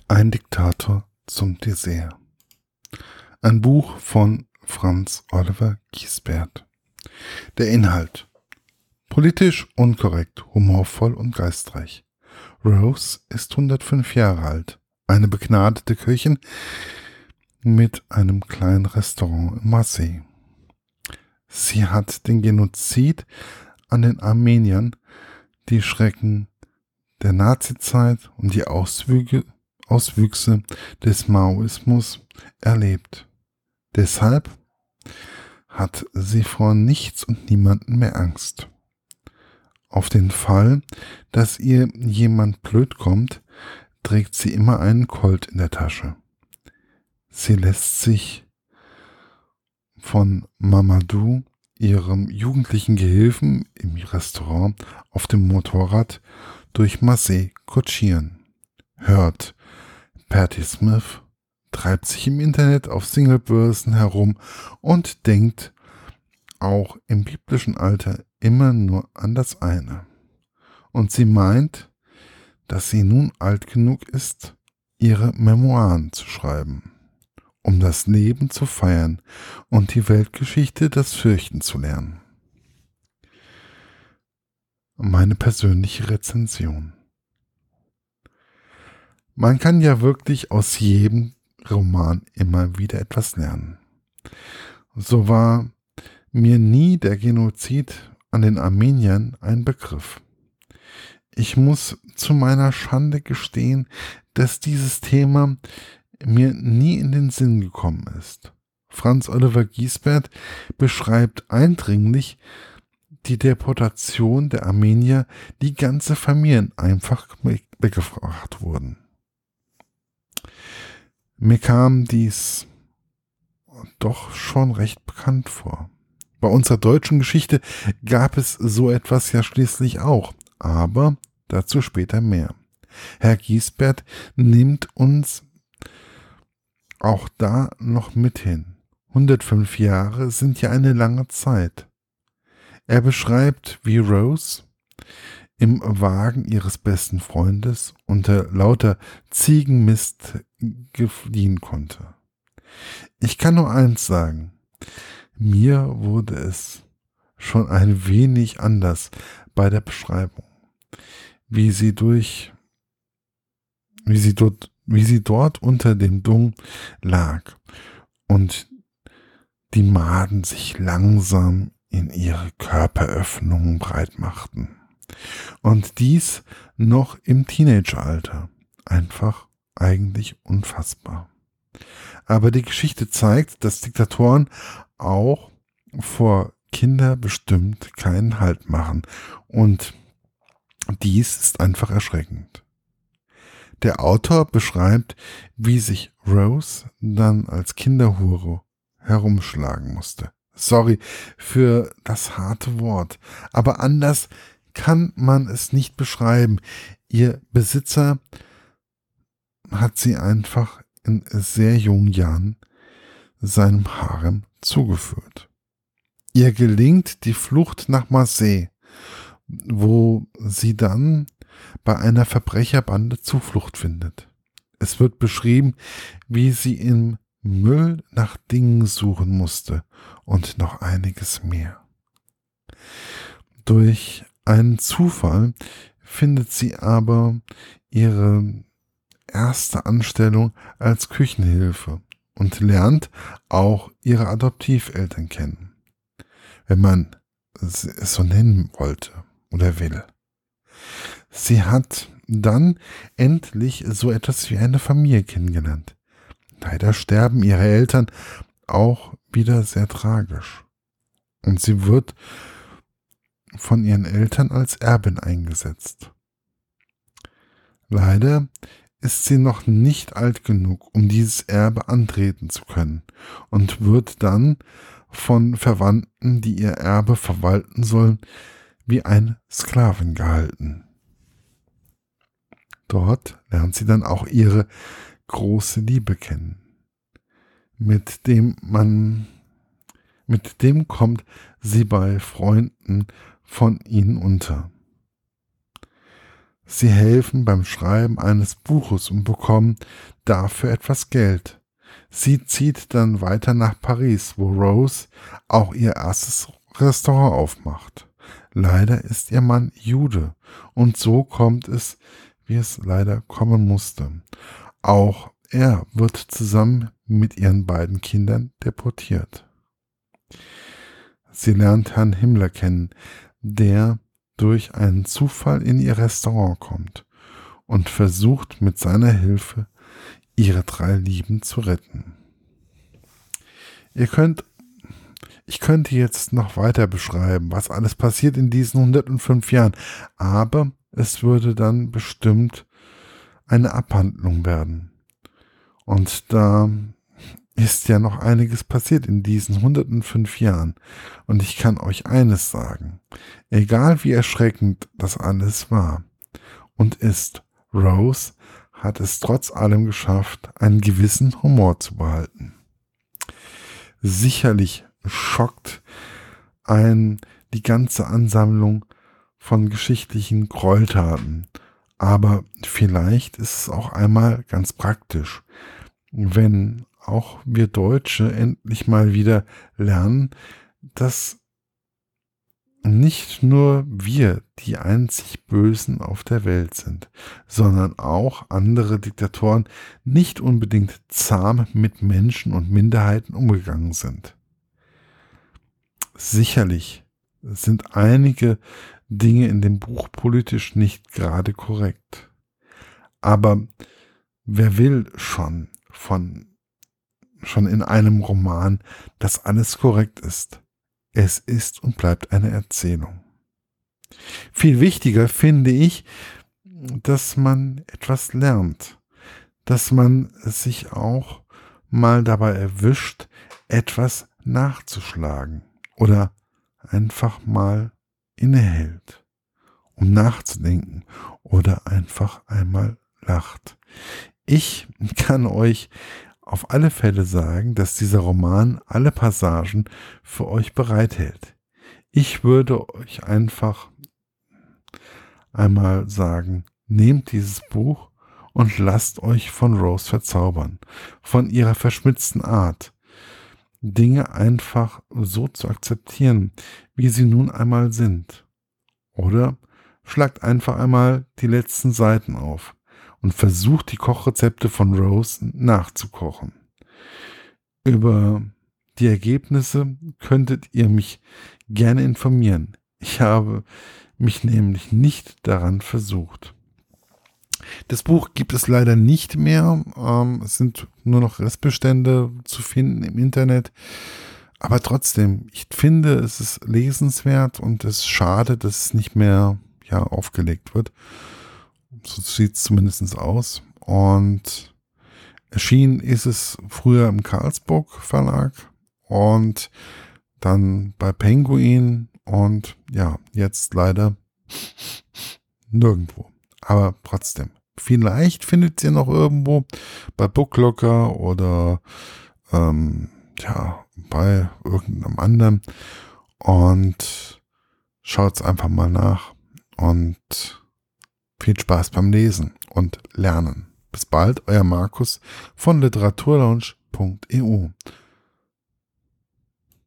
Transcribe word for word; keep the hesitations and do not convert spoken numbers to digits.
Ein Diktator zum Dessert. Ein Buch von Franz Oliver Giesbert. Der Inhalt: politisch unkorrekt, humorvoll und geistreich. Rose ist hundertfünf Jahre alt, eine begnadete Köchin mit einem kleinen Restaurant in Marseille. Sie hat den Genozid an den Armeniern, die Schrecken der Nazizeit und die Auswüge, Auswüchse des Maoismus erlebt. Deshalb hat sie vor nichts und niemanden mehr Angst. Auf den Fall, dass ihr jemand blöd kommt, trägt sie immer einen Colt in der Tasche. Sie lässt sich von Mamadou, ihrem jugendlichen Gehilfen im Restaurant, auf dem Motorrad durch Marseille kutschieren. Hört, Patti Smith treibt sich im Internet auf Singlebörsen herum und denkt auch im biblischen Alter immer nur an das eine. Und sie meint, dass sie nun alt genug ist, ihre Memoiren zu schreiben, um das Leben zu feiern und die Weltgeschichte das Fürchten zu lernen. Meine persönliche Rezension. Man kann ja wirklich aus jedem Roman immer wieder etwas lernen. So war mir nie der Genozid an den Armeniern ein Begriff. Ich muss zu meiner Schande gestehen, dass dieses Thema mir nie in den Sinn gekommen ist. Franz Oliver Giesbert beschreibt eindringlich die Deportation der Armenier, die ganze Familien einfach weggebracht wurden. Mir kam dies doch schon recht bekannt vor. Bei unserer deutschen Geschichte gab es so etwas ja schließlich auch, aber dazu später mehr. Herr Giesbert nimmt uns auch da noch mit hin. hundertfünf Jahre sind ja eine lange Zeit. Er beschreibt, wie Rose im Wagen ihres besten Freundes unter lauter Ziegenmist fliehen konnte. Ich kann nur eins sagen: Mir wurde es schon ein wenig anders bei der Beschreibung, wie sie durch, wie sie dort, wie sie dort unter dem Dung lag und die Maden sich langsam in ihre Körperöffnungen breit machten. Und dies noch im Teenageralter. Einfach eigentlich unfassbar. Aber die Geschichte zeigt, dass Diktatoren auch vor Kinder bestimmt keinen Halt machen. Und dies ist einfach erschreckend. Der Autor beschreibt, wie sich Rose dann als Kinderhure herumschlagen musste. Sorry für das harte Wort, aber anders kann man es nicht beschreiben. Ihr Besitzer hat sie einfach in sehr jungen Jahren seinem Harem zugeführt. Ihr gelingt die Flucht nach Marseille, wo sie dann bei einer Verbrecherbande Zuflucht findet. Es wird beschrieben, wie sie im Müll nach Dingen suchen musste und noch einiges mehr. Durch einen Zufall findet sie aber ihre erste Anstellung als Küchenhilfe und lernt auch ihre Adoptiveltern kennen, wenn man es so nennen wollte oder will. Sie hat dann endlich so etwas wie eine Familie kennengelernt. Leider sterben ihre Eltern auch wieder sehr tragisch. Und sie wird von ihren Eltern als Erbin eingesetzt. Leider ist sie noch nicht alt genug, um dieses Erbe antreten zu können und wird dann von Verwandten, die ihr Erbe verwalten sollen, wie eine Sklavin gehalten. Dort lernt sie dann auch ihre große Liebe kennen, mit dem man, mit dem kommt sie bei Freunden von ihnen unter. Sie helfen beim Schreiben eines Buches und bekommen dafür etwas Geld. Sie zieht dann weiter nach Paris, wo Rose auch ihr erstes Restaurant aufmacht. Leider ist ihr Mann Jude und so kommt es, wie es leider kommen musste. Auch er wird zusammen mit ihren beiden Kindern deportiert. Sie lernt Herrn Himmler kennen, der durch einen Zufall in ihr Restaurant kommt und versucht mit seiner Hilfe, ihre drei Lieben zu retten. Ihr könnt, ich könnte jetzt noch weiter beschreiben, was alles passiert in diesen hundertfünf Jahren, aber es würde dann bestimmt eine Abhandlung werden. Und da ist ja noch einiges passiert in diesen hundertfünf Jahren. Und ich kann euch eines sagen, egal wie erschreckend das alles war und ist, Rose hat es trotz allem geschafft, einen gewissen Humor zu behalten. Sicherlich schockt ein die ganze Ansammlung von geschichtlichen Gräueltaten, aber vielleicht ist es auch einmal ganz praktisch, wenn auch wir Deutsche endlich mal wieder lernen, dass nicht nur wir die einzig Bösen auf der Welt sind, sondern auch andere Diktatoren nicht unbedingt zahm mit Menschen und Minderheiten umgegangen sind. Sicherlich sind einige Dinge in dem Buch politisch nicht gerade korrekt. Aber wer will schon von schon in einem Roman, dass alles korrekt ist? Es ist und bleibt eine Erzählung. Viel wichtiger finde ich, dass man etwas lernt, dass man sich auch mal dabei erwischt, etwas nachzuschlagen oder einfach mal innehält, um nachzudenken oder einfach einmal lacht. Ich kann euch auf alle Fälle sagen, dass dieser Roman alle Passagen für euch bereithält. Ich würde euch einfach einmal sagen, nehmt dieses Buch und lasst euch von Rose verzaubern, von ihrer verschmitzten Art, Dinge einfach so zu akzeptieren, wie sie nun einmal sind. Oder schlagt einfach einmal die letzten Seiten auf und versucht die Kochrezepte von Rose nachzukochen. Über die Ergebnisse könntet ihr mich gerne informieren. Ich habe mich nämlich nicht daran versucht. Das Buch gibt es leider nicht mehr. Ähm, es sind nur noch Restbestände zu finden im Internet. Aber trotzdem, ich finde, es ist lesenswert und es ist schade, dass es nicht mehr ja, aufgelegt wird. So sieht es zumindest aus. Und erschienen ist es früher im Karlsburg Verlag und dann bei Penguin und ja, jetzt leider nirgendwo. Aber trotzdem, vielleicht findet ihr noch irgendwo bei Booklocker oder ähm, ja, bei irgendeinem anderen und schaut's einfach mal nach und viel Spaß beim Lesen und Lernen. Bis bald, euer Markus von literaturlaunch punkt e u.